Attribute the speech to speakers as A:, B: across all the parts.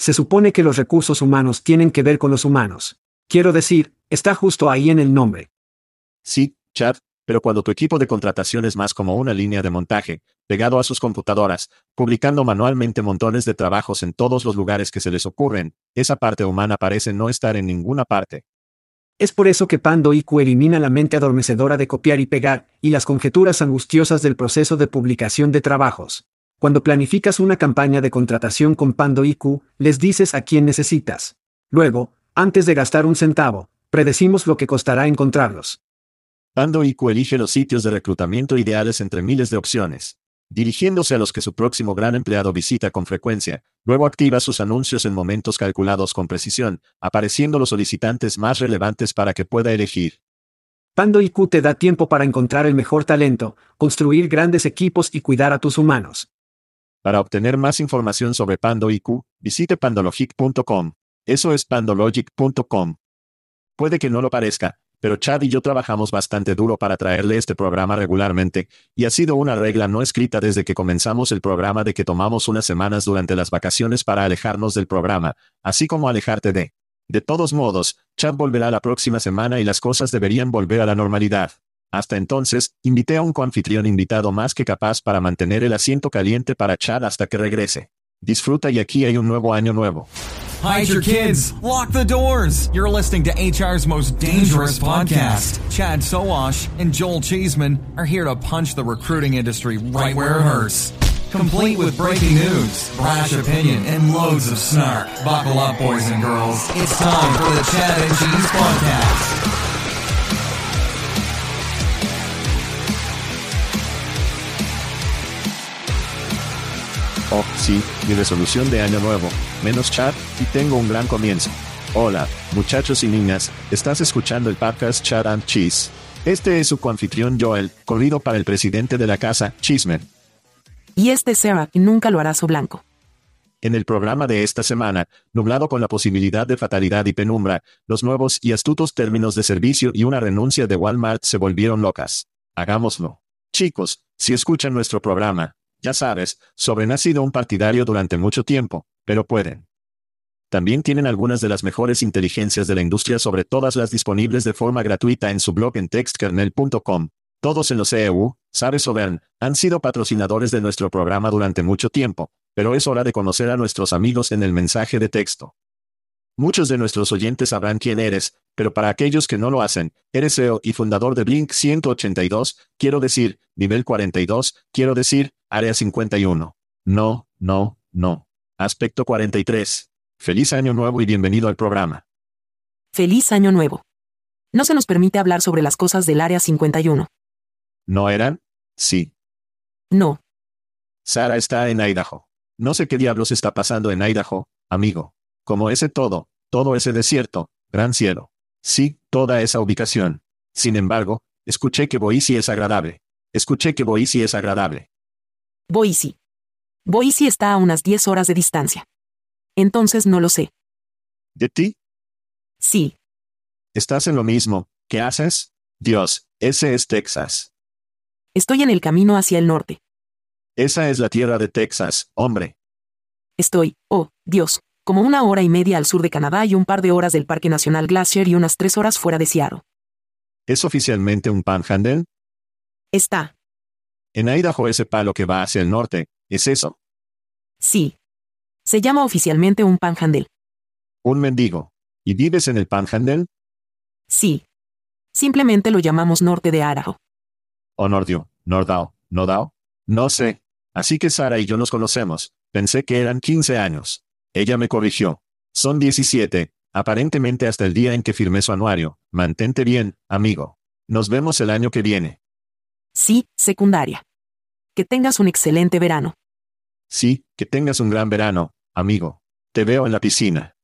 A: Se supone que los recursos humanos tienen que ver con los humanos. Quiero decir, está justo ahí en el nombre.
B: Sí, Chad, pero cuando tu equipo de contratación es más como una línea de montaje, pegado a sus computadoras, publicando manualmente montones de trabajos en todos los lugares que se les ocurren, esa parte humana parece no estar en ninguna parte.
A: Es por eso que Pando IQ elimina la mente adormecedora de copiar y pegar, y las conjeturas angustiosas del proceso de publicación de trabajos. Cuando planificas una campaña de contratación con Pando IQ, les dices a quién necesitas. Luego, antes de gastar un centavo, predecimos lo que costará encontrarlos.
B: Pando IQ elige los sitios de reclutamiento ideales entre miles de opciones, dirigiéndose a los que su próximo gran empleado visita con frecuencia. Luego activa sus anuncios en momentos calculados con precisión, apareciendo los solicitantes más relevantes para que pueda elegir.
A: Pando IQ te da tiempo para encontrar el mejor talento, construir grandes equipos y cuidar a tus humanos.
B: Para obtener más información sobre Pando IQ, visite pandologic.com. Eso es pandologic.com. Puede que no lo parezca, pero Chad y yo trabajamos bastante duro para traerle este programa regularmente, y ha sido una regla no escrita desde que comenzamos el programa de que tomamos unas semanas durante las vacaciones para alejarnos del programa, así como alejarte de. De todos modos, Chad volverá la próxima semana y las cosas deberían volver a la normalidad. Hasta entonces, invité a un coanfitrión invitado más que capaz para mantener el asiento caliente para Chad hasta que regrese. Disfruta y aquí hay un nuevo año nuevo.
C: Hide your kids. Lock the doors. You're listening to HR's most dangerous podcast. Chad Sowash and Joel Cheeseman are here to punch the recruiting industry right where it hurts. Complete with breaking news, brash opinion, and loads of snark. Buckle up, boys and girls. It's time for the Chad and Cheese Podcast.
B: Oh, sí, mi resolución de año nuevo, menos Chad, y tengo un gran comienzo. Hola, muchachos y niñas, estás escuchando el podcast Chad and Cheese. Este es su coanfitrión Joel, corrido para el presidente de la casa, Cheeseman.
D: Y este es Sarah, y nunca lo hará su blanco.
B: En el programa de esta semana, nublado con la posibilidad de fatalidad y penumbra, los nuevos y astutos términos de servicio y una renuncia de Walmart se volvieron locas. Hagámoslo. Chicos, si escuchan nuestro programa, ya sabes, Soben ha sido un partidario durante mucho tiempo, pero pueden. También tienen algunas de las mejores inteligencias de la industria sobre todas las disponibles de forma gratuita en su blog en textkernel.com. Todos en los CEU, Sare Sobern, han sido patrocinadores de nuestro programa durante mucho tiempo, pero es hora de conocer a nuestros amigos en el mensaje de texto. Muchos de nuestros oyentes sabrán quién eres, pero para aquellos que no lo hacen, eres CEO y fundador de Blink 182, quiero decir, nivel 42, quiero decir, área 51. No. Aspecto 43. Feliz año nuevo y bienvenido al programa.
D: Feliz año nuevo. No se nos permite hablar sobre las cosas del área 51.
B: ¿No eran? Sí.
D: No.
B: Sara está en Idaho. No sé qué diablos está pasando en Idaho, amigo. Como ese todo ese desierto, gran cielo. Sí, toda esa ubicación. Sin embargo, escuché que Boise es agradable.
D: Boise. Boise está a unas 10 horas de distancia. Entonces no lo sé.
B: ¿De ti?
D: Sí.
B: ¿Estás en lo mismo? ¿Qué haces? Dios, ese es Texas.
D: Estoy en el camino hacia el norte.
B: Esa es la tierra de Texas, hombre.
D: Estoy, oh, Dios, como 1 hora y media al sur de Canadá y un par de horas del Parque Nacional Glacier y unas 3 horas fuera de Seattle.
B: ¿Es oficialmente un panhandle?
D: Está.
B: En Idaho ese palo que va hacia el norte, ¿es eso?
D: Sí. Se llama oficialmente un panhandle.
B: Un mendigo. ¿Y vives en el panhandle?
D: Sí. Simplemente lo llamamos norte de Idaho.
B: ¿O Nordio, Nordao, Nodao? No sé. Así que Sara y yo nos conocemos. Pensé que eran 15 años. Ella me corrigió. Son 17, aparentemente hasta el día en que firmé su anuario. Mantente bien, amigo. Nos vemos el año que viene.
D: Sí, secundaria. Que tengas un excelente verano.
B: Sí, que tengas un gran verano, amigo. Te veo en la piscina.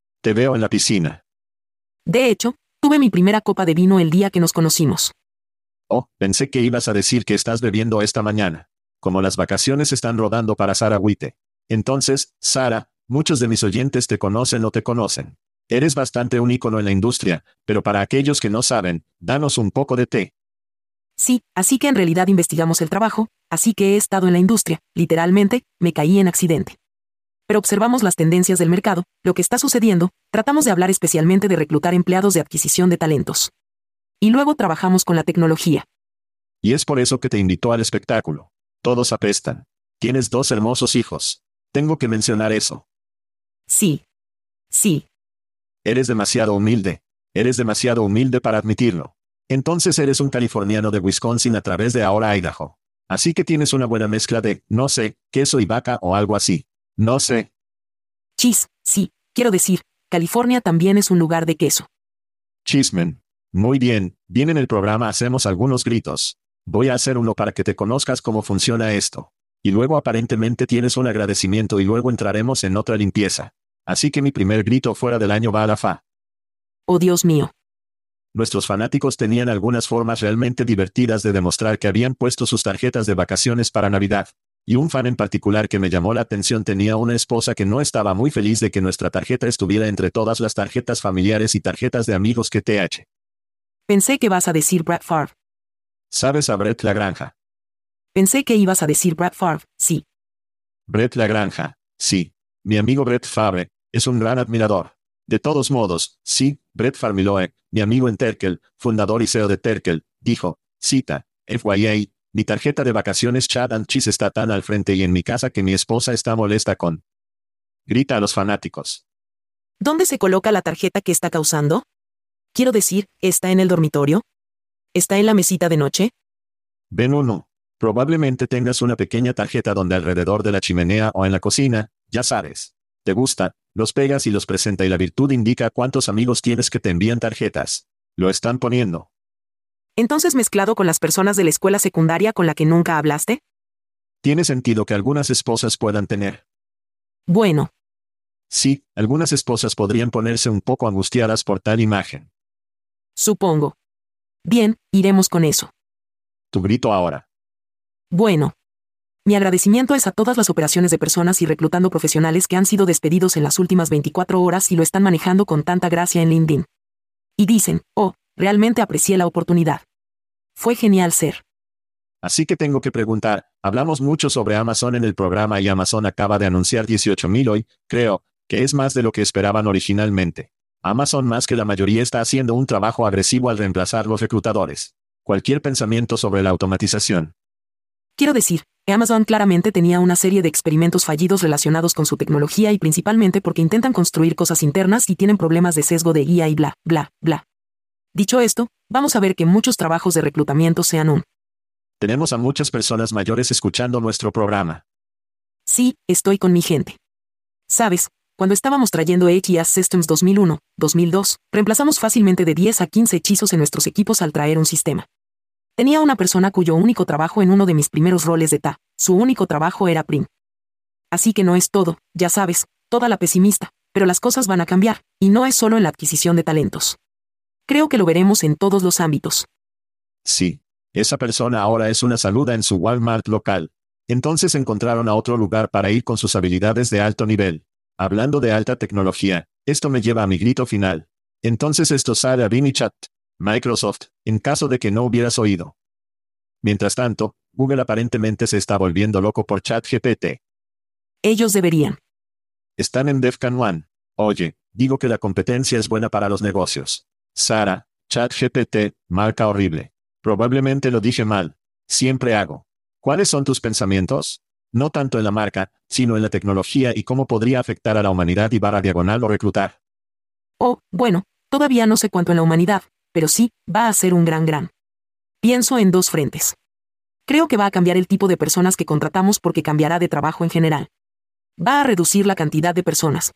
D: De hecho, tuve mi primera copa de vino el día que nos conocimos.
B: Oh, pensé que ibas a decir que estás bebiendo esta mañana. Como las vacaciones están rodando para Sara Witte. Entonces, Sara, muchos de mis oyentes te conocen o te conocen. Eres bastante un ícono en la industria, pero para aquellos que no saben, danos un poco de té.
D: Sí, así que en realidad investigamos el trabajo, así que he estado en la industria, literalmente, me caí en accidente. pero observamos las tendencias del mercado, lo que está sucediendo, tratamos de hablar especialmente de reclutar empleados de adquisición de talentos. Y luego trabajamos con la tecnología.
B: Y es por eso que te invitó al espectáculo. Todos apestan. Tienes 2 hermosos hijos. Tengo que mencionar eso.
D: Sí. Sí.
B: Eres demasiado humilde. Eres demasiado humilde para admitirlo. Entonces eres un californiano de Wisconsin a través de ahora Idaho. Así que tienes una buena mezcla de, no sé, queso y vaca o algo así. No sé.
D: Sí, quiero decir, California también es un lugar de queso.
B: Chismen. Muy bien, bien en el programa hacemos algunos gritos. Voy a hacer uno para que te conozcas cómo funciona esto. Y luego aparentemente tienes un agradecimiento y luego entraremos en otra limpieza. Así que mi primer grito fuera del año va a la fa.
D: Oh Dios mío.
B: Nuestros fanáticos tenían algunas formas realmente divertidas de demostrar que habían puesto sus tarjetas de vacaciones para Navidad. Y un fan en particular que me llamó la atención tenía una esposa que no estaba muy feliz de que nuestra tarjeta estuviera entre todas las tarjetas familiares y tarjetas de amigos que TH.
D: Pensé que vas a decir Brett Favre.
B: ¿Sabes a Brett La Granja?
D: Pensé que ibas a decir Brett Favre, sí.
B: Brett La Granja, sí. Mi amigo Brett Favre, es un gran admirador. De todos modos, sí, Brett Farmiloe, mi amigo en Terkel, fundador y CEO de Terkel, dijo, cita, FYA, mi tarjeta de vacaciones Chad and Cheese está tan al frente y en mi casa que mi esposa está molesta con. Grita a los fanáticos.
D: ¿Dónde se coloca la tarjeta que está causando? Quiero decir, ¿está en el dormitorio? ¿Está en la mesita de noche?
B: Ven uno. Probablemente tengas una pequeña tarjeta donde alrededor de la chimenea o en la cocina, ya sabes. Te gusta, los pegas y los presenta y la virtud indica cuántos amigos tienes que te envían tarjetas. Lo están poniendo.
D: ¿Entonces mezclado con las personas de la escuela secundaria con la que nunca hablaste?
B: Tiene sentido que algunas esposas puedan tener.
D: Bueno.
B: Sí, algunas esposas podrían ponerse un poco angustiadas por tal imagen.
D: Supongo. Bien, iremos con eso.
B: Tu grito ahora.
D: Bueno. Mi agradecimiento es a todas las operaciones de personas y reclutando profesionales que han sido despedidos en las últimas 24 horas y lo están manejando con tanta gracia en LinkedIn. Y dicen, oh, realmente aprecié la oportunidad. Fue genial ser.
B: Así que tengo que preguntar, hablamos mucho sobre Amazon en el programa y Amazon acaba de anunciar 18,000 hoy, creo, que es más de lo que esperaban originalmente. Amazon más que la mayoría está haciendo un trabajo agresivo al reemplazar los reclutadores. Cualquier pensamiento sobre la automatización.
D: Quiero decir, Amazon claramente tenía una serie de experimentos fallidos relacionados con su tecnología y principalmente porque intentan construir cosas internas y tienen problemas de sesgo de IA y bla, bla, bla. Dicho esto, vamos a ver que muchos trabajos de reclutamiento sean un.
B: Tenemos a muchas personas mayores escuchando nuestro programa.
D: Sí, estoy con mi gente. ¿Sabes? Cuando estábamos trayendo HES Systems 2001, 2002, reemplazamos fácilmente de 10 a 15 hechizos en nuestros equipos al traer un sistema. Tenía una persona cuyo único trabajo en uno de mis primeros roles de TA, su único trabajo era prim. Así que no es todo, ya sabes, toda la pesimista, pero las cosas van a cambiar, y no es solo en la adquisición de talentos. Creo que lo veremos en todos los ámbitos.
B: Sí. Esa persona ahora es una saluda en su Walmart local. Entonces encontraron a otro lugar para ir con sus habilidades de alto nivel. Hablando de alta tecnología, esto me lleva a mi grito final. Entonces esto sale a Bing Chat. Microsoft, en caso de que no hubieras oído. Mientras tanto, Google aparentemente se está volviendo loco por ChatGPT.
D: Ellos deberían.
B: Están en DEFCON 1. Oye, digo que la competencia es buena para los negocios. Sara, ChatGPT, marca horrible. Probablemente lo dije mal. Siempre hago. ¿Cuáles son tus pensamientos? No tanto en la marca, sino en la tecnología y cómo podría afectar a la humanidad y /diagonal o reclutar.
D: Oh, bueno, todavía no sé cuánto en la humanidad, pero sí, va a ser un gran. Pienso en dos frentes. Creo que va a cambiar el tipo de personas que contratamos porque cambiará de trabajo en general. Va a reducir la cantidad de personas,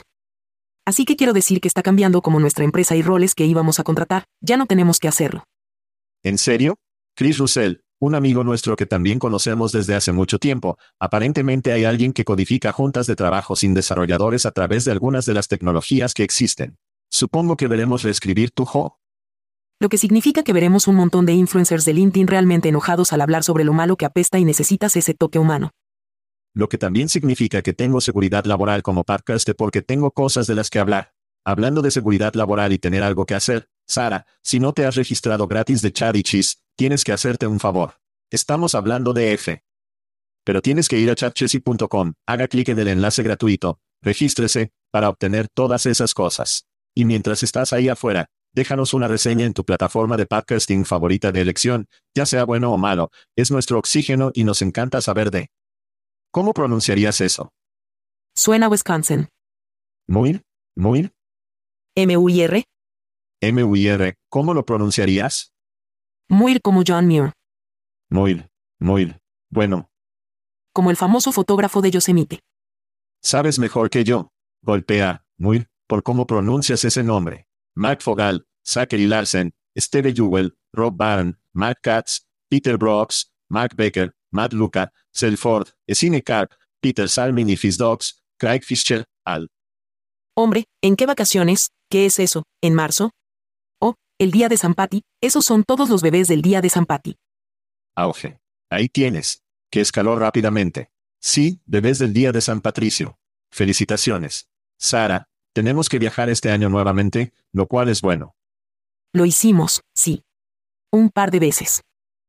D: Así que quiero decir que está cambiando como nuestra empresa y roles que íbamos a contratar, ya no tenemos que hacerlo.
B: ¿En serio? Chris Russell, un amigo nuestro que también conocemos desde hace mucho tiempo, aparentemente hay alguien que codifica juntas de trabajo sin desarrolladores a través de algunas de las tecnologías que existen. Supongo que veremos reescribir tu
D: Lo que significa que veremos un montón de influencers de LinkedIn realmente enojados al hablar sobre lo malo que apesta y necesitas ese toque humano.
B: Lo que también significa que tengo seguridad laboral como podcast porque tengo cosas de las que hablar. Hablando de seguridad laboral y tener algo que hacer, Sara, si no te has registrado gratis de Chad y Cheese, tienes que hacerte un favor. Estamos hablando de F. Pero tienes que ir a chatchessy.com, haga clic en el enlace gratuito, regístrese, para obtener todas esas cosas. Y mientras estás ahí afuera, déjanos una reseña en tu plataforma de podcasting favorita de elección, ya sea bueno o malo, es nuestro oxígeno y nos encanta saber de. ¿Cómo pronunciarías eso?
D: Suena Wisconsin.
B: ¿Muir? ¿Muir?
D: M-U-I-R.
B: M-U-I-R, ¿cómo lo pronunciarías?
D: Muir como John Muir.
B: Muir. Muir. Bueno,
D: Como el famoso fotógrafo de Yosemite.
B: sabes mejor que yo. Golpea, Muir, por cómo pronuncias ese nombre. Mark Fogal, Zachary Larsen, Steve Jewell, Rob Byrne, Mark Katz, Peter Brooks, Mark Becker, Matt Luca, Selford, Essine Karp, Peter Salmin y Fizdaux, Craig Fischer, al.
D: Hombre, ¿en qué vacaciones? ¿Qué es eso? ¿En marzo? Oh, el día de San Patty, esos son todos los bebés del día de San Patty.
B: Auge. Ahí tienes. Que escaló rápidamente. Sí, bebés del día de San Patricio. Felicitaciones. Sara, tenemos que viajar este año nuevamente, lo cual es bueno.
D: Lo hicimos, sí. Un par de veces.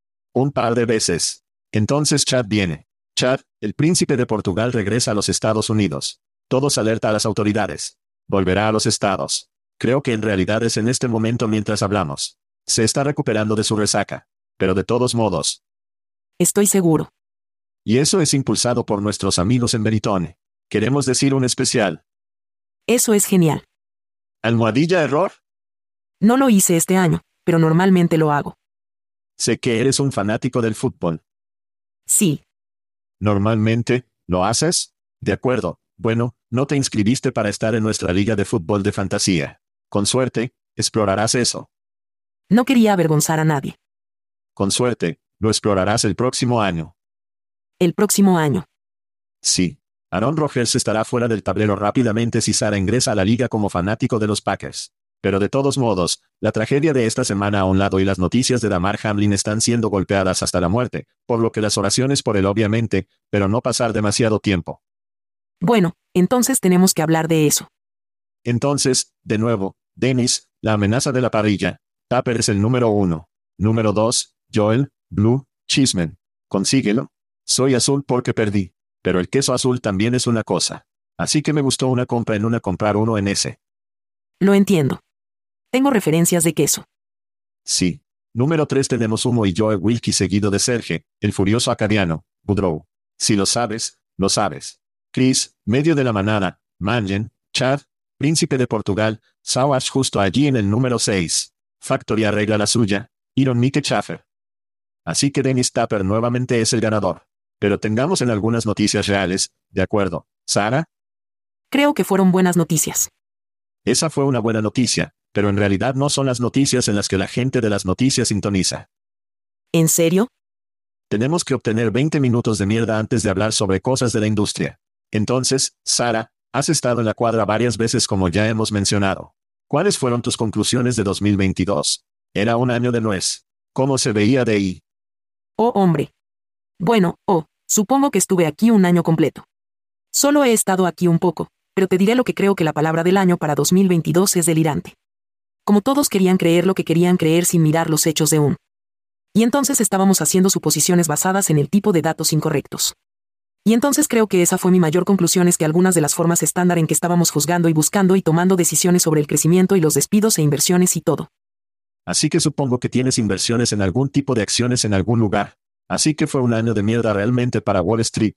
B: Un par de veces. Entonces Chad viene. Chad, el príncipe de Portugal regresa a los Estados Unidos. Todos alerta a las autoridades. Volverá a los estados. Creo que en realidad es en este momento mientras hablamos. Se está recuperando de su resaca. Pero de todos modos.
D: Estoy seguro.
B: Y eso es impulsado por nuestros amigos en Veritone. Queremos decir un especial.
D: Eso es genial.
B: ¿Almohadilla error?
D: No lo hice este año, pero normalmente lo hago.
B: Sé que eres un fanático del fútbol.
D: Sí.
B: ¿Normalmente, lo haces? De acuerdo. Bueno, no te inscribiste para estar en nuestra liga de fútbol de fantasía. Con suerte, explorarás eso.
D: No quería avergonzar a nadie.
B: Con suerte, lo explorarás el próximo año.
D: El próximo año.
B: Sí. Aaron Rodgers estará fuera del tablero rápidamente si Sara ingresa a la liga como fanático de los Packers. Pero de todos modos, la tragedia de esta semana a un lado y las noticias de Damar Hamlin están siendo golpeadas hasta la muerte, por lo que las oraciones por él obviamente, pero no pasar demasiado tiempo.
D: Bueno, entonces tenemos que hablar de eso.
B: Entonces, de nuevo, Dennis, la amenaza de la parrilla. Tapper es el número 1. Número 2, Joel, Blue, Cheeseman. Consíguelo. Soy azul porque perdí. Pero el queso azul también es una cosa. Así que me gustó una compra en una comprar uno en ese.
D: Lo entiendo. Tengo referencias de queso.
B: Sí. Número 3 tenemos Humo y Joe Wilkie seguido de Serge, el furioso acadiano, Boudreaux. Si lo sabes, lo sabes. Chris, medio de la manada, Mangen, Chad, príncipe de Portugal, Sauash justo allí en el número 6. Factory arregla la suya, Iron Mike Schaffer. Así que Dennis Tapper nuevamente es el ganador. Pero tengamos en algunas noticias reales, ¿de acuerdo, Sara?
D: Creo que fueron buenas noticias.
B: Esa fue una buena noticia, pero en realidad no son las noticias en las que la gente de las noticias sintoniza.
D: ¿En serio?
B: Tenemos que obtener 20 minutos de mierda antes de hablar sobre cosas de la industria. Entonces, Sara, has estado en la cuadra varias veces como ya hemos mencionado. ¿Cuáles fueron tus conclusiones de 2022? Era un año de nuez. ¿Cómo se veía de ahí?
D: Oh, hombre. Bueno, supongo que estuve aquí un año completo. Solo he estado aquí un poco, pero te diré lo que creo que la palabra del año para 2022 es delirante. Como todos querían creer lo que querían creer sin mirar los hechos de un. Y entonces estábamos haciendo suposiciones basadas en el tipo de datos incorrectos. Y entonces creo que esa fue mi mayor conclusión, es que algunas de las formas estándar en que estábamos juzgando y buscando y tomando decisiones sobre el crecimiento y los despidos e inversiones y todo.
B: Así que supongo que tienes inversiones en algún tipo de acciones en algún lugar. Así que fue un año de mierda realmente para Wall Street.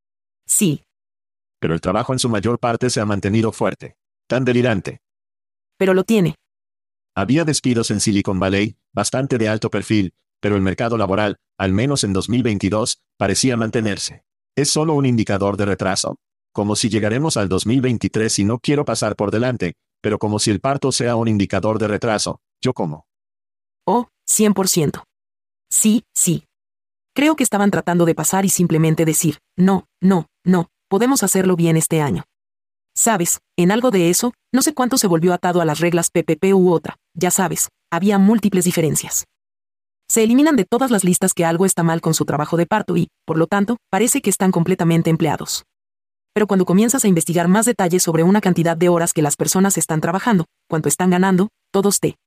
D: Sí.
B: Pero el trabajo en su mayor parte se ha mantenido fuerte. Tan delirante.
D: Pero lo tiene.
B: Había despidos en Silicon Valley, bastante de alto perfil, pero el mercado laboral, al menos en 2022, parecía mantenerse. ¿Es solo un indicador de retraso? Como si llegaremos al 2023 y no quiero pasar por delante, pero como si el parto sea un indicador de retraso, yo como.
D: Oh, 100%. Sí. Creo que estaban tratando de pasar y simplemente decir, no, podemos hacerlo bien este año. ¿Sabes? En algo de eso, no sé cuánto se volvió atado a las reglas PPP u otra, ya sabes, había múltiples diferencias. Se eliminan de todas las listas que algo está mal con su trabajo de parto y, por lo tanto, parece que están completamente empleados. Pero cuando comienzas a investigar más detalles sobre una cantidad de horas que las personas están trabajando, cuánto están ganando, todos te.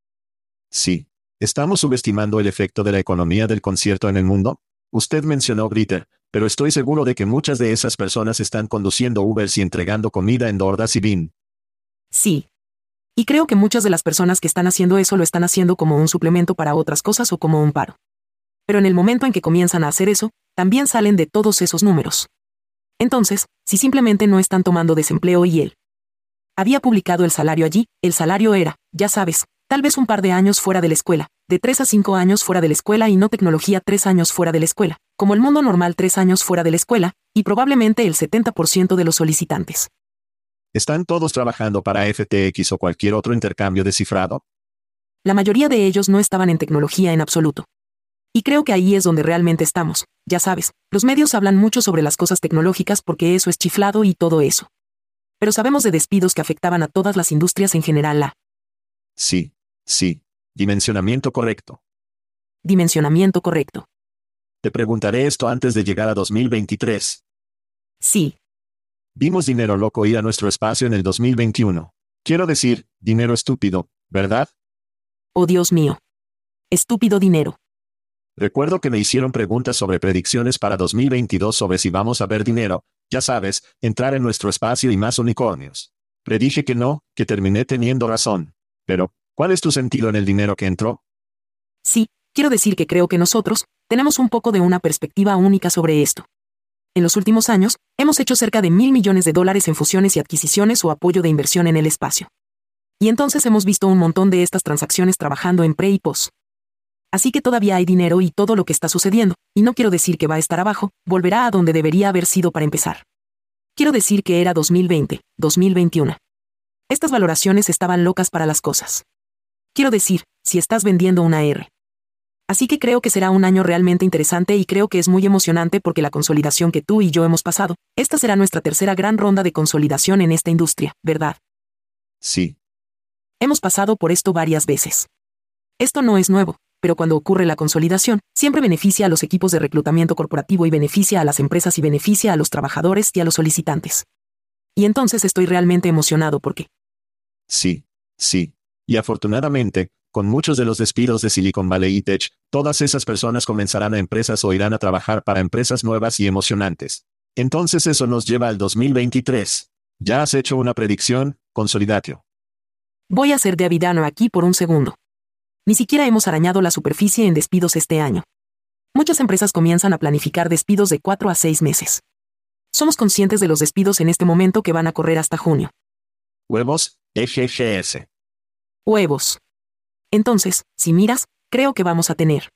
B: Sí. ¿Estamos subestimando el efecto de la economía del concierto en el mundo? Usted mencionó Gritter, Pero estoy seguro de que muchas de esas personas están conduciendo Ubers y entregando comida en DoorDash y Bean.
D: Sí. Y creo que muchas de las personas que están haciendo eso lo están haciendo como un suplemento para otras cosas o como un paro. Pero en el momento en que comienzan a hacer eso, también salen de todos esos números. Entonces, si simplemente no están tomando desempleo y él había publicado el salario allí, el salario era, ya sabes, tal vez un par de años fuera de la escuela, de 3 a 5 años fuera de la escuela y no tecnología 3 años fuera de la escuela, como el mundo normal 3 años fuera de la escuela, y probablemente el 70% de los solicitantes.
B: ¿Están todos trabajando para FTX o cualquier otro intercambio de cifrado?
D: La mayoría de ellos no estaban en tecnología en absoluto. Y creo que ahí es donde realmente estamos, ya sabes, los medios hablan mucho sobre las cosas tecnológicas porque eso es chiflado y todo eso. Pero sabemos de despidos que afectaban a todas las industrias en general.
B: Sí. Dimensionamiento correcto.
D: Dimensionamiento correcto.
B: Te preguntaré esto antes de llegar a 2023.
D: Sí.
B: Vimos dinero loco ir a nuestro espacio en el 2021. Quiero decir, dinero estúpido, ¿verdad?
D: Oh Dios mío. Estúpido dinero.
B: Recuerdo que me hicieron preguntas sobre predicciones para 2022 sobre si vamos a ver dinero, ya sabes, entrar en nuestro espacio y más unicornios. Predije que no, que terminé teniendo razón. Pero, ¿cuál es tu sentido en el dinero que entró?
D: Sí, quiero decir que creo que nosotros tenemos un poco de una perspectiva única sobre esto. En los últimos años, hemos hecho cerca de $1,000 millones en fusiones y adquisiciones o apoyo de inversión en el espacio. Y entonces hemos visto un montón de estas transacciones trabajando en pre y post. Así que todavía hay dinero y todo lo que está sucediendo, y no quiero decir que va a estar abajo, volverá a donde debería haber sido para empezar. Quiero decir que era 2020, 2021. Estas valoraciones estaban locas para las cosas. Quiero decir, si estás vendiendo una R. Así que creo que será un año realmente interesante y creo que es muy emocionante porque la consolidación que tú y yo hemos pasado, esta será nuestra tercera gran ronda de consolidación en esta industria, ¿verdad?
B: Sí.
D: Hemos pasado por esto varias veces. Esto no es nuevo, pero cuando ocurre la consolidación, siempre beneficia a los equipos de reclutamiento corporativo y beneficia a las empresas y beneficia a los trabajadores y a los solicitantes. Y entonces estoy realmente emocionado porque...
B: Sí. Y afortunadamente, con muchos de los despidos de Silicon Valley y Tech, todas esas personas comenzarán a empresas o irán a trabajar para empresas nuevas y emocionantes. Entonces eso nos lleva al 2023. ¿Ya has hecho una predicción, Consolidatio?
D: Voy a ser Davidano aquí por un segundo. Ni siquiera hemos arañado la superficie en despidos este año. Muchas empresas comienzan a planificar despidos de 4 a 6 meses. Somos conscientes de los despidos en este momento que van a correr hasta junio.
B: Huevos, EGGS.
D: Huevos. Entonces, si miras, creo que vamos a tener.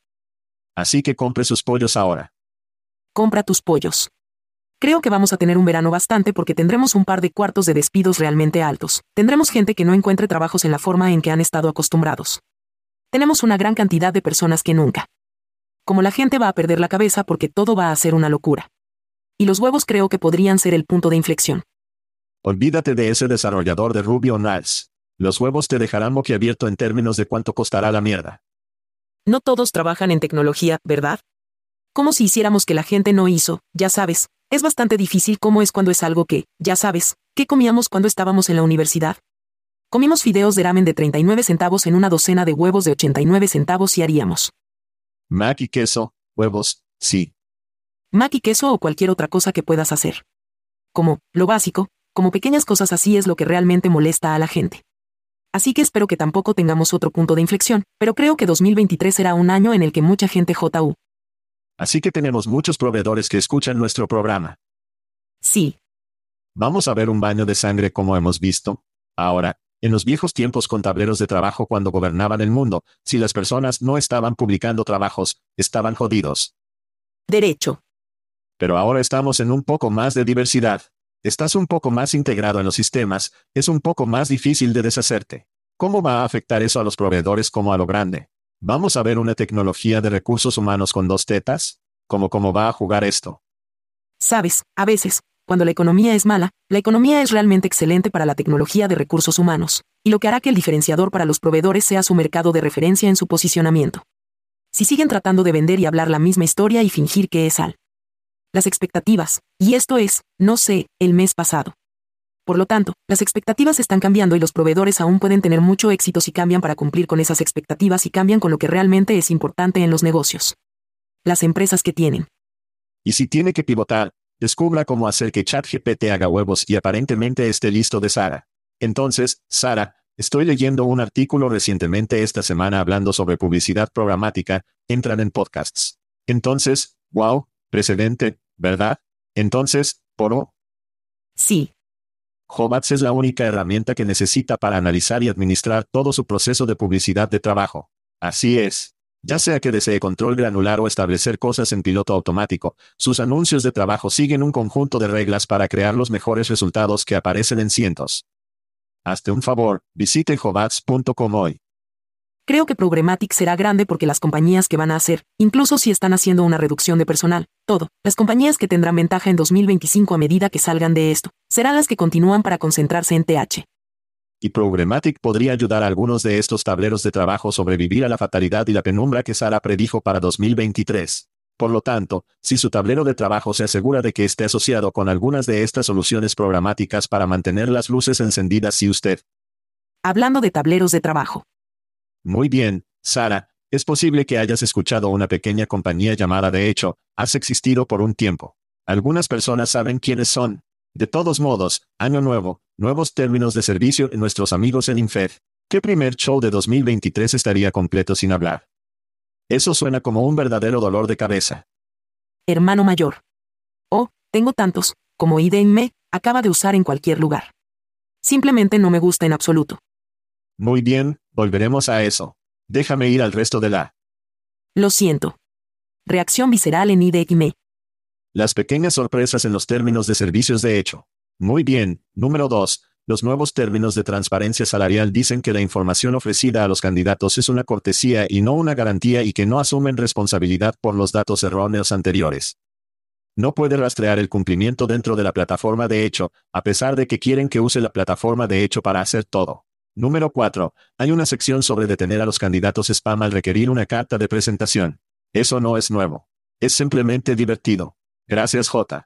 B: Así que compre sus pollos ahora.
D: Compra tus pollos. Creo que vamos a tener un verano bastante porque tendremos un par de cuartos de despidos realmente altos. Tendremos gente que no encuentre trabajos en la forma en que han estado acostumbrados. Tenemos una gran cantidad de personas que nunca. Como la gente va a perder la cabeza porque todo va a ser una locura. Y los huevos creo que podrían ser el punto de inflexión.
B: Olvídate de ese desarrollador de Ruby on Rails. Los huevos te dejarán boquiabierto en términos de cuánto costará la mierda.
D: No todos trabajan en tecnología, ¿verdad? Como si hiciéramos que la gente no hizo, ya sabes, es bastante difícil como es cuando es algo que, ya sabes, ¿qué comíamos cuando estábamos en la universidad? Comimos fideos de ramen de 39 centavos en una docena de huevos de 89 centavos y haríamos.
B: Mac y queso, huevos, sí.
D: Mac y queso o cualquier otra cosa que puedas hacer. Como, lo básico, como pequeñas cosas así es lo que realmente molesta a la gente. Así que espero que tampoco tengamos otro punto de inflexión, pero creo que 2023 será un año en el que mucha gente JU.
B: Así que tenemos muchos proveedores que escuchan nuestro programa.
D: Sí.
B: ¿Vamos a ver un baño de sangre como hemos visto? Ahora, en los viejos tiempos con tableros de trabajo cuando gobernaban el mundo, si las personas no estaban publicando trabajos, estaban jodidos.
D: Derecho.
B: Pero ahora estamos en un poco más de diversidad. Estás un poco más integrado en los sistemas, es un poco más difícil de deshacerte. ¿Cómo va a afectar eso a los proveedores como a lo grande? ¿Vamos a ver una tecnología de recursos humanos con 2 tetas? ¿Cómo va a jugar esto?
D: Sabes, a veces, cuando la economía es mala, la economía es realmente excelente para la tecnología de recursos humanos, y lo que hará que el diferenciador para los proveedores sea su mercado de referencia en su posicionamiento. Si siguen tratando de vender y hablar la misma historia y fingir que es al. Las expectativas, y esto es, no sé, el mes pasado. Por lo tanto, las expectativas están cambiando y los proveedores aún pueden tener mucho éxito si cambian para cumplir con esas expectativas y cambian con lo que realmente es importante en los negocios. Las empresas que tienen
B: Y si tiene que pivotar, descubra cómo hacer que ChatGPT haga huevos y aparentemente esté listo de Sara. Entonces, Sara, estoy leyendo un artículo recientemente esta semana hablando sobre publicidad programática, entran en podcasts. Entonces, wow, precedente, ¿verdad? Entonces, ¿poro?
D: Sí.
B: Hobats es la única herramienta que necesita para analizar y administrar todo su proceso de publicidad de trabajo. Así es. Ya sea que desee control granular o establecer cosas en piloto automático, sus anuncios de trabajo siguen un conjunto de reglas para crear los mejores resultados que aparecen en cientos. Hazte un favor, visite hobats.com hoy.
D: Creo que Programmatic será grande porque las compañías que van a hacer, incluso si están haciendo una reducción de personal, las compañías que tendrán ventaja en 2025 a medida que salgan de esto, serán las que continúan para concentrarse en TH.
B: Y Programmatic podría ayudar a algunos de estos tableros de trabajo a sobrevivir a la fatalidad y la penumbra que Sara predijo para 2023. Por lo tanto, si su tablero de trabajo se asegura de que esté asociado con algunas de estas soluciones programáticas para mantener las luces encendidas, si usted...
D: Hablando de tableros de trabajo.
B: Muy bien, Sara, es posible que hayas escuchado una pequeña compañía llamada De hecho, has existido por un tiempo. Algunas personas saben quiénes son. De todos modos, año nuevo, nuevos términos de servicio en nuestros amigos en Infed. ¿Qué primer show de 2023 estaría completo sin hablar? Eso suena como un verdadero dolor de cabeza.
D: Hermano mayor. Oh, tengo tantos, como IDM, acaba de usar en cualquier lugar. Simplemente no me gusta en absoluto.
B: Muy bien, volveremos a eso. Déjame ir al resto de la...
D: Lo siento. Reacción visceral en IDM.
B: Las pequeñas sorpresas en los términos de servicios de hecho. Muy bien, número 2. Los nuevos términos de transparencia salarial dicen que la información ofrecida a los candidatos es una cortesía y no una garantía y que no asumen responsabilidad por los datos erróneos anteriores. No puede rastrear el cumplimiento dentro de la plataforma de hecho, a pesar de que quieren que use la plataforma de hecho para hacer todo. Número 4. Hay una sección sobre detener a los candidatos spam al requerir una carta de presentación. Eso no es nuevo. Es simplemente divertido. Gracias, J.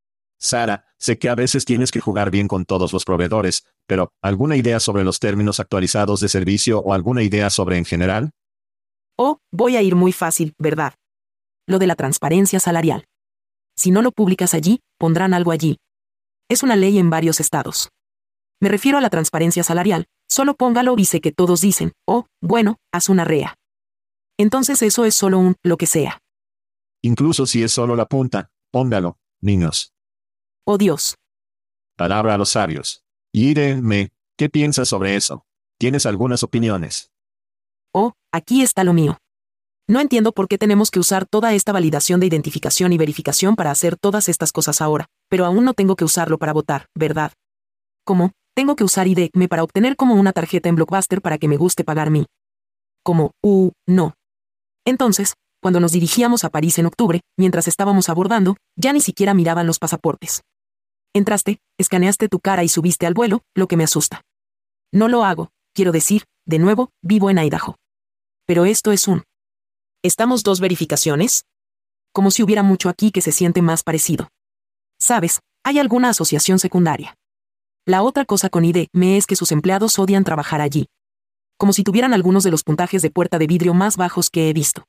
B: Sara, sé que a veces tienes que jugar bien con todos los proveedores, pero ¿alguna idea sobre los términos actualizados de servicio o alguna idea sobre en general?
D: Oh, voy a ir muy fácil, ¿verdad? Lo de la transparencia salarial. Si no lo publicas allí, pondrán algo allí. Es una ley en varios estados. Me refiero a la transparencia salarial, solo póngalo y sé que todos dicen, oh, bueno, haz una REA. Entonces eso es solo un, lo que sea.
B: Incluso si es solo la punta, póngalo, niños.
D: Oh Dios.
B: Palabra a los sabios. Irene, ¿qué piensas sobre eso? ¿Tienes algunas opiniones?
D: Oh, aquí está lo mío. No entiendo por qué tenemos que usar toda esta validación de identificación y verificación para hacer todas estas cosas ahora, pero aún no tengo que usarlo para votar, ¿verdad? ¿Cómo? Tengo que usar IDM para obtener como una tarjeta en Blockbuster para que me guste pagar mí. Como, no. Entonces, cuando nos dirigíamos a París en octubre, mientras estábamos abordando, ya ni siquiera miraban los pasaportes. Entraste, escaneaste tu cara y subiste al vuelo, lo que me asusta. No lo hago, quiero decir, de nuevo, vivo en Idaho. Pero esto es un... ¿Estamos dos verificaciones? Como si hubiera mucho aquí que se siente más parecido. ¿Sabes? Hay alguna asociación secundaria. La otra cosa con IDM es que sus empleados odian trabajar allí. Como si tuvieran algunos de los puntajes de puerta de vidrio más bajos que he visto.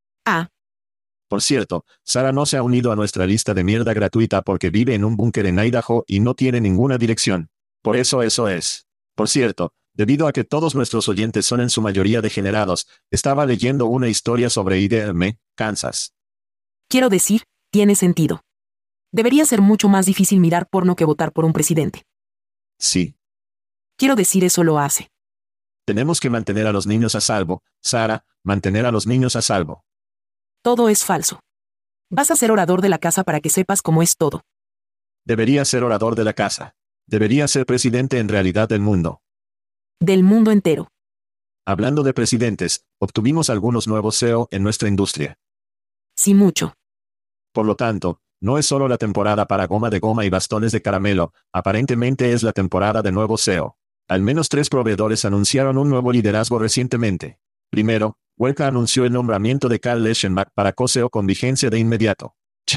B: Por cierto, Sara no se ha unido a nuestra lista de mierda gratuita porque vive en un búnker en Idaho y no tiene ninguna dirección. Por eso es. Por cierto, debido a que todos nuestros oyentes son en su mayoría degenerados, estaba leyendo una historia sobre IDM, Kansas.
D: Quiero decir, tiene sentido. Debería ser mucho más difícil mirar porno que votar por un presidente.
B: Sí.
D: Quiero decir, eso lo hace.
B: Tenemos que mantener a los niños a salvo, Sara, mantener a los niños a salvo.
D: Todo es falso. Vas a ser orador de la casa para que sepas cómo es todo.
B: Debería ser orador de la casa. Debería ser presidente en realidad del mundo.
D: Del mundo entero.
B: Hablando de presidentes, obtuvimos algunos nuevos CEO en nuestra industria.
D: Sí, mucho.
B: Por lo tanto, no es solo la temporada para goma de goma y bastones de caramelo, aparentemente es la temporada de nuevo CEO. Al menos 3 proveedores anunciaron un nuevo liderazgo recientemente. Primero, Welka anunció el nombramiento de Carl Leschenbach para co-CEO con vigencia de inmediato.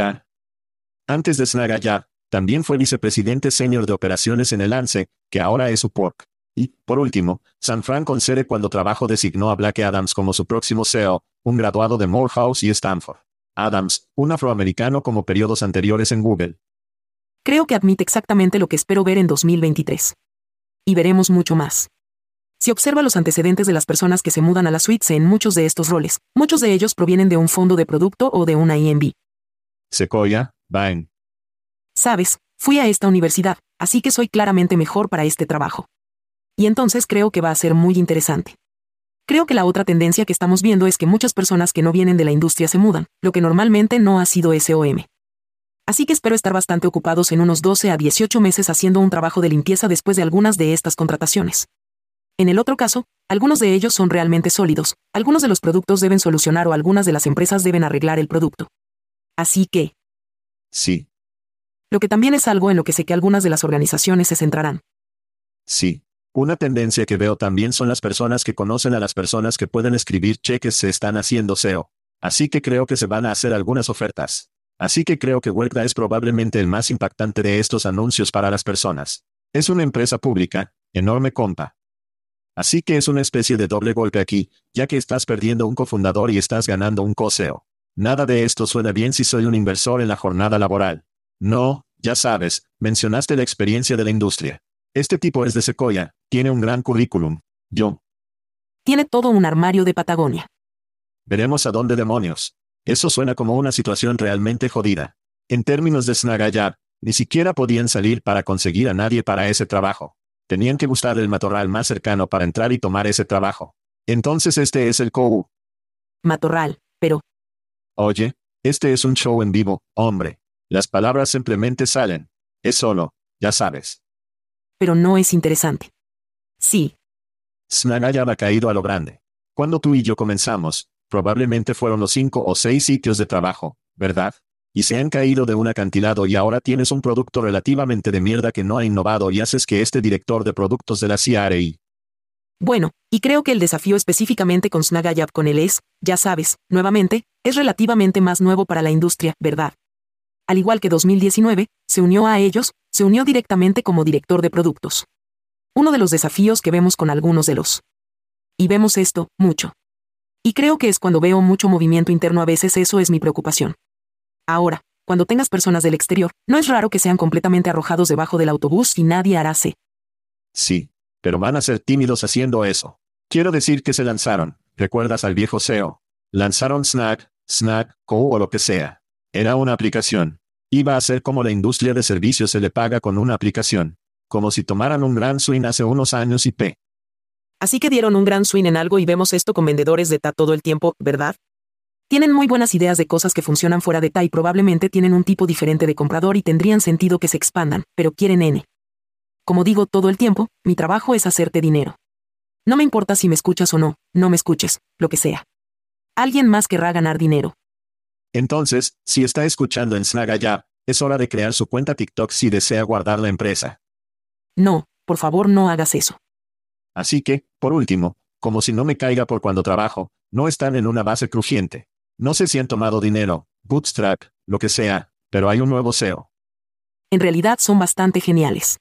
B: Antes de Snagaya, también fue vicepresidente senior de operaciones en el ANSE, que ahora es Upwork. Y, por último, San Fran Concere cuando trabajo designó a Blake Adams como su próximo CEO, un graduado de Morehouse y Stanford. Adams, un afroamericano como periodos anteriores en Google.
D: Creo que admite exactamente lo que espero ver en 2023. Y veremos mucho más. Si observa los antecedentes de las personas que se mudan a la suite en muchos de estos roles, muchos de ellos provienen de un fondo de producto o de una IMB.
B: Sequoia, Bain.
D: Sabes, fui a esta universidad, así que soy claramente mejor para este trabajo. Y entonces creo que va a ser muy interesante. Creo que la otra tendencia que estamos viendo es que muchas personas que no vienen de la industria se mudan, lo que normalmente no ha sido SOM. Así que espero estar bastante ocupados en unos 12 a 18 meses haciendo un trabajo de limpieza después de algunas de estas contrataciones. En el otro caso, algunos de ellos son realmente sólidos, algunos de los productos deben solucionar o algunas de las empresas deben arreglar el producto. Así que,
B: Sí,
D: lo que también es algo en lo que sé que algunas de las organizaciones se centrarán.
B: sí. Una tendencia que veo también son las personas que conocen a las personas que pueden escribir cheques se están haciendo SEO. Así que creo que se van a hacer algunas ofertas. Así que creo que Workda es probablemente el más impactante de estos anuncios para las personas. Es una empresa pública, enorme compa. Así que es una especie de doble golpe aquí, ya que estás perdiendo un cofundador y estás ganando un co-SEO. Nada de esto suena bien si soy un inversor en la jornada laboral. No, ya sabes, mencionaste la experiencia de la industria. Este tipo es de Sequoia, tiene un gran currículum. Yo.
D: Tiene todo un armario de Patagonia.
B: Veremos a dónde demonios. Eso suena como una situación realmente jodida. En términos de Snagajob, ni siquiera podían salir para conseguir a nadie para ese trabajo. Tenían que buscar el matorral más cercano para entrar y tomar ese trabajo. Entonces este es el COU.
D: Matorral, pero,
B: Oye, este es un show en vivo, hombre. Las palabras simplemente salen. Es solo, ya sabes.
D: pero no es interesante. Sí,
B: Snagajob ha caído a lo grande. Cuando tú y yo comenzamos, probablemente fueron los 5 o 6 sitios de trabajo, ¿verdad? Y se han caído de un acantilado y ahora tienes un producto relativamente de mierda que no ha innovado y haces que este director de productos de la CRI.
D: bueno, y creo que el desafío específicamente con Snagajob con él es, ya sabes, nuevamente, es relativamente más nuevo para la industria, ¿verdad? Al igual que 2019, se unió a ellos, se unió directamente como director de productos. Uno de los desafíos que vemos con algunos de los. Y vemos esto, mucho. Y creo que es cuando veo mucho movimiento interno a veces eso es mi preocupación. Ahora, cuando tengas personas del exterior, no es raro que sean completamente arrojados debajo del autobús y nadie hará C.
B: Sí, pero van a ser tímidos haciendo eso. Quiero decir que se lanzaron, ¿recuerdas al viejo SEO? Lanzaron Snag, Co o lo que sea. Era una aplicación. Iba a ser como la industria de servicios se le paga con una aplicación. Como si tomaran un gran swing hace unos años y p.
D: Así que dieron un gran swing en algo y vemos esto con vendedores de TA todo el tiempo, ¿verdad? Tienen muy buenas ideas de cosas que funcionan fuera de TA y probablemente tienen un tipo diferente de comprador y tendrían sentido que se expandan, pero quieren N. Como digo todo el tiempo, mi trabajo es hacerte dinero. No me importa si me escuchas o no, no me escuches, lo que sea. Alguien más querrá ganar dinero.
B: Entonces, si está escuchando en Snagajob, es hora de crear su cuenta TikTok si desea guardar la empresa.
D: No, por favor no hagas eso.
B: Así que, por último, como si no me caiga por cuando trabajo, no están en una base crujiente. No sé si han tomado dinero, bootstrap, lo que sea, pero hay un nuevo SEO.
D: En realidad son bastante geniales.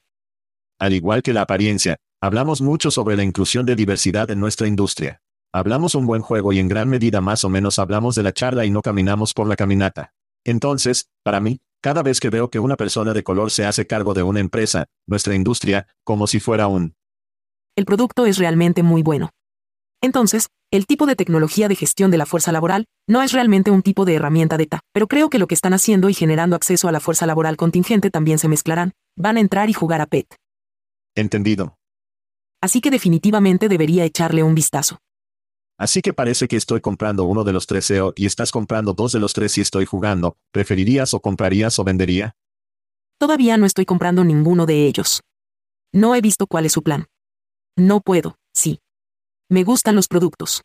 B: Al igual que la apariencia, hablamos mucho sobre la inclusión de diversidad en nuestra industria. Hablamos un buen juego y en gran medida más o menos hablamos de la charla y no caminamos por la caminata. Entonces, para mí, cada vez que veo que una persona de color se hace cargo de una empresa, nuestra industria, como si fuera un...
D: El producto es realmente muy bueno. Entonces, el tipo de tecnología de gestión de la fuerza laboral no es realmente un tipo de herramienta de TA, pero creo que lo que están haciendo y generando acceso a la fuerza laboral contingente también se mezclarán, van a entrar y jugar a PET.
B: Entendido.
D: Así que definitivamente debería echarle un vistazo.
B: Así que parece que estoy comprando uno de los 3 SEO y estás comprando 2 de los 3 y estoy jugando. ¿Preferirías o comprarías o vendería?
D: Todavía no estoy comprando ninguno de ellos. No he visto cuál es su plan. No puedo, sí. Me gustan los productos.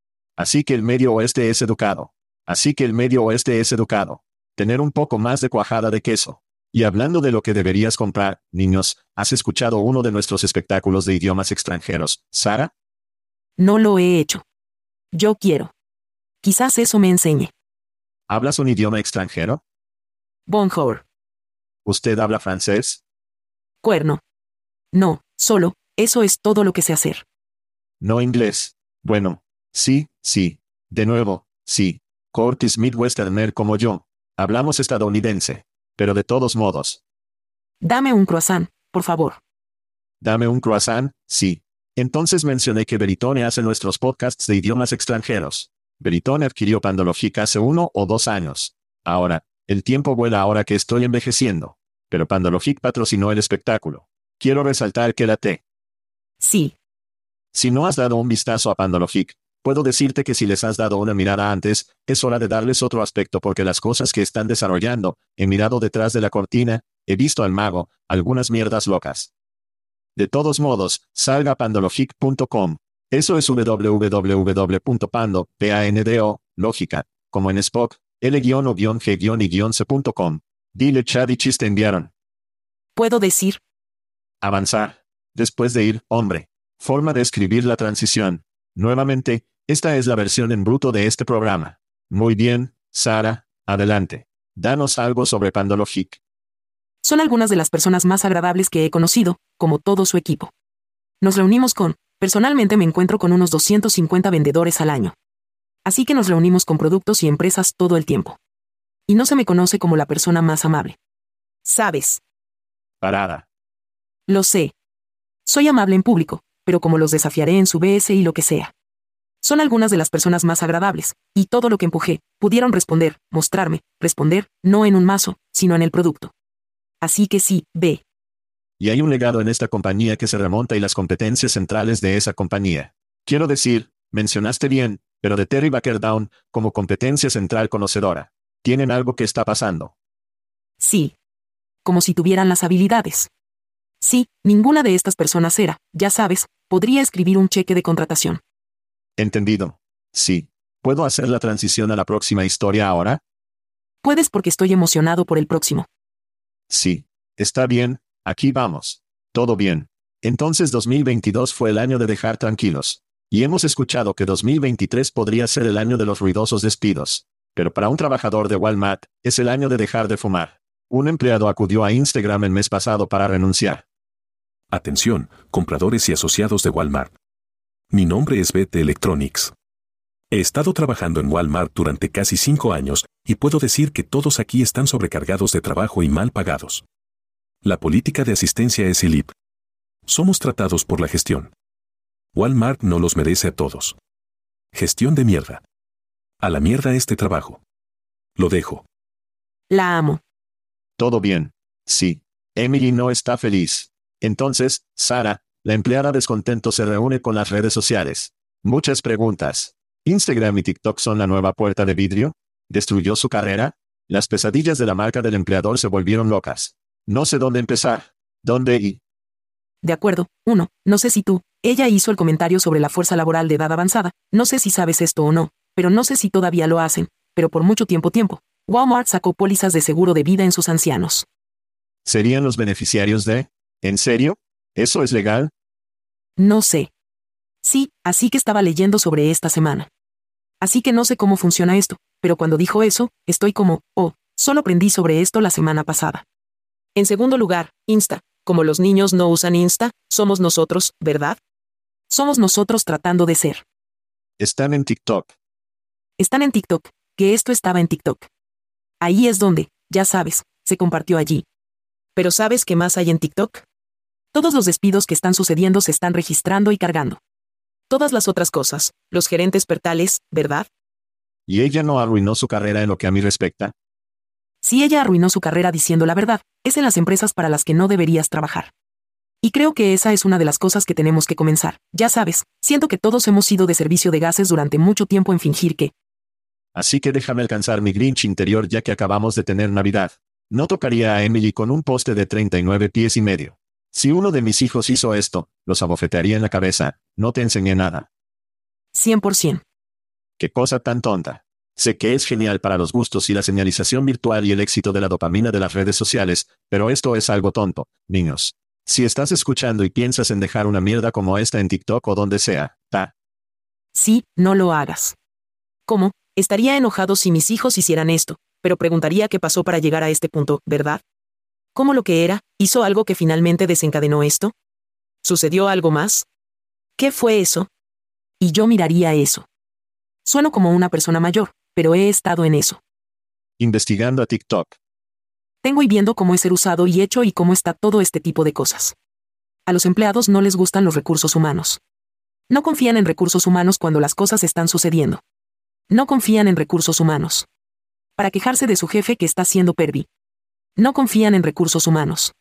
B: Así que el Medio Oeste es educado. Así que el Medio Oeste es educado. Tener un poco más de cuajada de queso. Y hablando de lo que deberías comprar, niños, ¿has escuchado uno de nuestros espectáculos de idiomas extranjeros, Sara?
D: No lo he hecho. Yo quiero. Quizás eso me enseñe.
B: ¿Hablas un idioma extranjero?
D: Bonjour.
B: ¿Usted habla francés?
D: Cuerno. No, solo, eso es todo lo que sé hacer.
B: No inglés. Bueno, sí, sí. De nuevo, sí. Curtis Midwesterner como yo. Hablamos estadounidense. Pero de todos modos.
D: Dame un croissant, por favor.
B: Dame un croissant, sí. Entonces mencioné que Veritone hace nuestros podcasts de idiomas extranjeros. Veritone adquirió Pandologic hace 1 o 2 años. Ahora, el tiempo vuela ahora que estoy envejeciendo. Pero Pandologic patrocinó el espectáculo. Quiero resaltar que la T.
D: Sí.
B: Si no has dado un vistazo a Pandologic, puedo decirte que si les has dado una mirada antes, es hora de darles otro aspecto porque las cosas que están desarrollando, he mirado detrás de la cortina, he visto al mago, algunas mierdas locas. De todos modos, salga a pandologic.com. Eso es www.pando, P-A-N-D-O, lógica, como en Spock, L-O-G-I-C.com. Dile Chad y Chis te enviaron.
D: ¿Puedo decir?
B: Avanzar. Después de ir, hombre. Forma de escribir la transición. Nuevamente, esta es la versión en bruto de este programa. Muy bien, Sara, adelante. Danos algo sobre Pandologic.
D: Son algunas de las personas más agradables que he conocido, como todo su equipo. Nos reunimos personalmente me encuentro con unos 250 vendedores al año. Así que nos reunimos con productos y empresas todo el tiempo. Y no se me conoce como la persona más amable. ¿Sabes?
B: Parada.
D: Lo sé. Soy amable en público, pero como los desafiaré en su BS y lo que sea. Son algunas de las personas más agradables, y todo lo que empujé, pudieron mostrarme, responder, no en un mazo, sino en el producto. Así que sí, ve.
B: Y hay un legado en esta compañía que se remonta y las competencias centrales de esa compañía. Quiero decir, mencionaste bien, pero de Terry Buckerdown, como competencia central conocedora. Tienen algo que está pasando.
D: Sí. Como si tuvieran las habilidades. Sí, ninguna de estas personas era, ya sabes, podría escribir un cheque de contratación.
B: Entendido. Sí. ¿Puedo hacer la transición a la próxima historia ahora?
D: Puedes porque estoy emocionado por el próximo.
B: Sí. Está bien, aquí vamos. Todo bien. Entonces 2022 fue el año de dejar tranquilos. Y hemos escuchado que 2023 podría ser el año de los ruidosos despidos. Pero para un trabajador de Walmart, es el año de dejar de fumar. Un empleado acudió a Instagram el mes pasado para renunciar.
E: Atención, compradores y asociados de Walmart. Mi nombre es BT Electronics. He estado trabajando en Walmart durante casi 5 años, y puedo decir que todos aquí están sobrecargados de trabajo y mal pagados. La política de asistencia es ILIP. Somos tratados por la gestión. Walmart no los merece a todos. Gestión de mierda. A la mierda este trabajo. Lo dejo.
D: La amo.
B: Todo bien. Sí. Emily no está feliz. Entonces, Sara, la empleada descontento se reúne con las redes sociales. Muchas preguntas. ¿Instagram y TikTok son la nueva puerta de vidrio? ¿Destruyó su carrera? Las pesadillas de la marca del empleador se volvieron locas. No sé dónde empezar. ¿Dónde y?
D: De acuerdo. 1. No sé si ella hizo el comentario sobre la fuerza laboral de edad avanzada, no sé si sabes esto o no, pero no sé si todavía lo hacen, pero por mucho tiempo, Walmart sacó pólizas de seguro de vida en sus ancianos.
B: ¿Serían los beneficiarios de? ¿En serio? ¿Eso es legal?
D: No sé. Sí, así que estaba leyendo sobre esta semana. Así que no sé cómo funciona esto, pero cuando dijo eso, estoy como, solo aprendí sobre esto la semana pasada. En segundo lugar, Insta. Como los niños no usan Insta, somos nosotros, ¿verdad? Somos nosotros tratando de ser.
B: Están en TikTok.
D: Están en TikTok, que esto estaba en TikTok. Ahí es donde, ya sabes, se compartió allí. Pero ¿sabes qué más hay en TikTok? Todos los despidos que están sucediendo se están registrando y cargando. Todas las otras cosas, los gerentes pertales, ¿verdad?
B: ¿Y ella no arruinó su carrera en lo que a mí respecta?
D: Si ella arruinó su carrera diciendo la verdad, es en las empresas para las que no deberías trabajar. Y creo que esa es una de las cosas que tenemos que comenzar. Ya sabes, siento que todos hemos sido de servicio de gases durante mucho tiempo en fingir que.
B: Así que déjame alcanzar mi Grinch interior ya que acabamos de tener Navidad. No tocaría a Emily con un poste de 39 pies y medio. Si uno de mis hijos hizo esto, los abofetearía en la cabeza. No te enseñé nada.
D: 100%.
B: Qué cosa tan tonta. Sé que es genial para los gustos y la señalización virtual y el éxito de la dopamina de las redes sociales, pero esto es algo tonto, niños. Si estás escuchando y piensas en dejar una mierda como esta en TikTok o donde sea,
D: Sí, no lo hagas. ¿Cómo? Estaría enojado si mis hijos hicieran esto, pero preguntaría qué pasó para llegar a este punto, ¿verdad? ¿Cómo lo que era, hizo algo que finalmente desencadenó esto? ¿Sucedió algo más? ¿Qué fue eso? Y yo miraría eso. Sueno como una persona mayor, pero he estado en eso.
B: Investigando a TikTok.
D: Tengo y viendo cómo es ser usado y hecho y cómo está todo este tipo de cosas. A los empleados no les gustan los recursos humanos. No confían en recursos humanos cuando las cosas están sucediendo. No confían en recursos humanos. Para quejarse de su jefe que está siendo pervi. No confían en recursos humanos.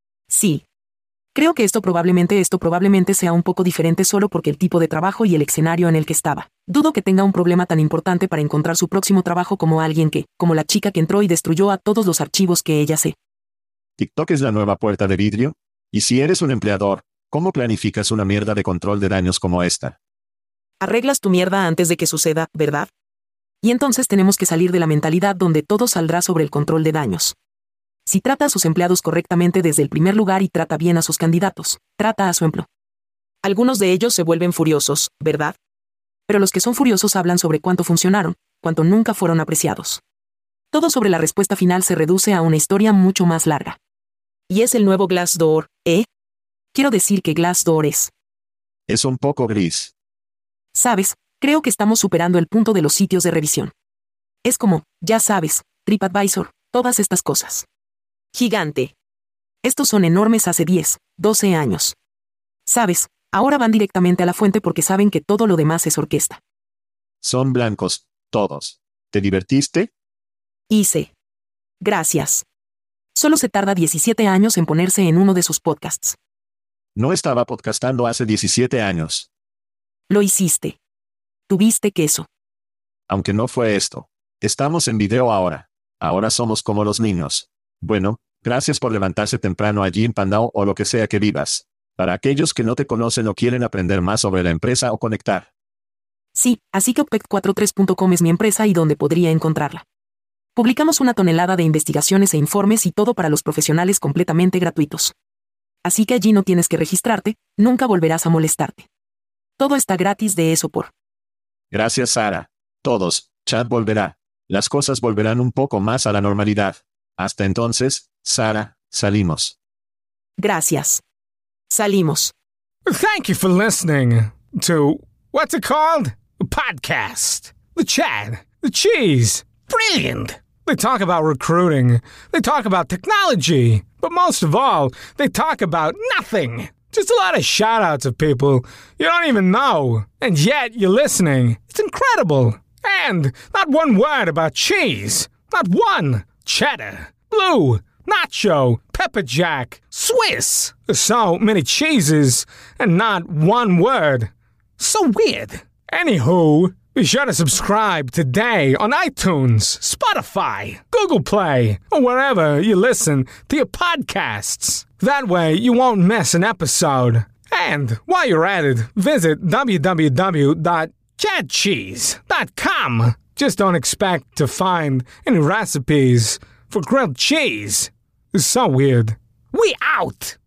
D: Sí. Creo que esto probablemente sea un poco diferente solo porque el tipo de trabajo y el escenario en el que estaba. Dudo que tenga un problema tan importante para encontrar su próximo trabajo como alguien como la chica que entró y destruyó a todos los archivos que ella sé.
B: ¿TikTok es la nueva puerta de vidrio? Y si eres un empleador, ¿cómo planificas una mierda de control de daños como esta?
D: Arreglas tu mierda antes de que suceda, ¿verdad? Y entonces tenemos que salir de la mentalidad donde todo saldrá sobre el control de daños. Si trata a sus empleados correctamente desde el primer lugar y trata bien a sus candidatos, trata a su empleado. Algunos de ellos se vuelven furiosos, ¿verdad? Pero los que son furiosos hablan sobre cuánto funcionaron, cuánto nunca fueron apreciados. Todo sobre la respuesta final se reduce a una historia mucho más larga. Y es el nuevo Glassdoor, ¿eh? Quiero decir que Glassdoor es
B: un poco gris.
D: ¿Sabes? Creo que estamos superando el punto de los sitios de revisión. Es como, ya sabes, TripAdvisor, todas estas cosas. Gigante. Estos son enormes hace 10, 12 años. ¿Sabes? Ahora van directamente a la fuente porque saben que todo lo demás es orquesta.
B: Son blancos, todos. ¿Te divertiste?
D: Hice. Gracias. Solo se tarda 17 años en ponerse en uno de sus podcasts.
B: No estaba podcastando hace 17 años.
D: Lo hiciste. Tuviste queso.
B: Aunque no fue esto. Estamos en video ahora. Ahora somos como los niños. Bueno, gracias por levantarse temprano allí en Pandao o lo que sea que vivas. Para aquellos que no te conocen o quieren aprender más sobre la empresa o conectar.
D: Sí, así que opec43.com es mi empresa y donde podría encontrarla. Publicamos una tonelada de investigaciones e informes y todo para los profesionales completamente gratuitos. Así que allí no tienes que registrarte, nunca volverás a molestarte. Todo está gratis de eso por.
B: Gracias, Sara. Todos, Chad volverá. Las cosas volverán un poco más a la normalidad. Hasta entonces, Sara, salimos.
D: Gracias. Salimos.
F: Thank you for listening to, what's it called? A podcast. The Chad. The Cheese. Brilliant. They talk about recruiting. They talk about technology. But most of all, they talk about nothing. Just a lot of shout-outs of people you don't even know. And yet you're listening. It's incredible. And not one word about cheese. Not one. Cheddar. Blue. Nacho. Pepper Jack. Swiss. So many cheeses and not one word. So weird. Anywho, be sure to subscribe today on iTunes, Spotify, Google Play, or wherever you listen to your podcasts. That way you won't miss an episode. And while you're at it, visit www.chadcheese.com. Just don't expect to find any recipes for grilled cheese. It's so weird. We out!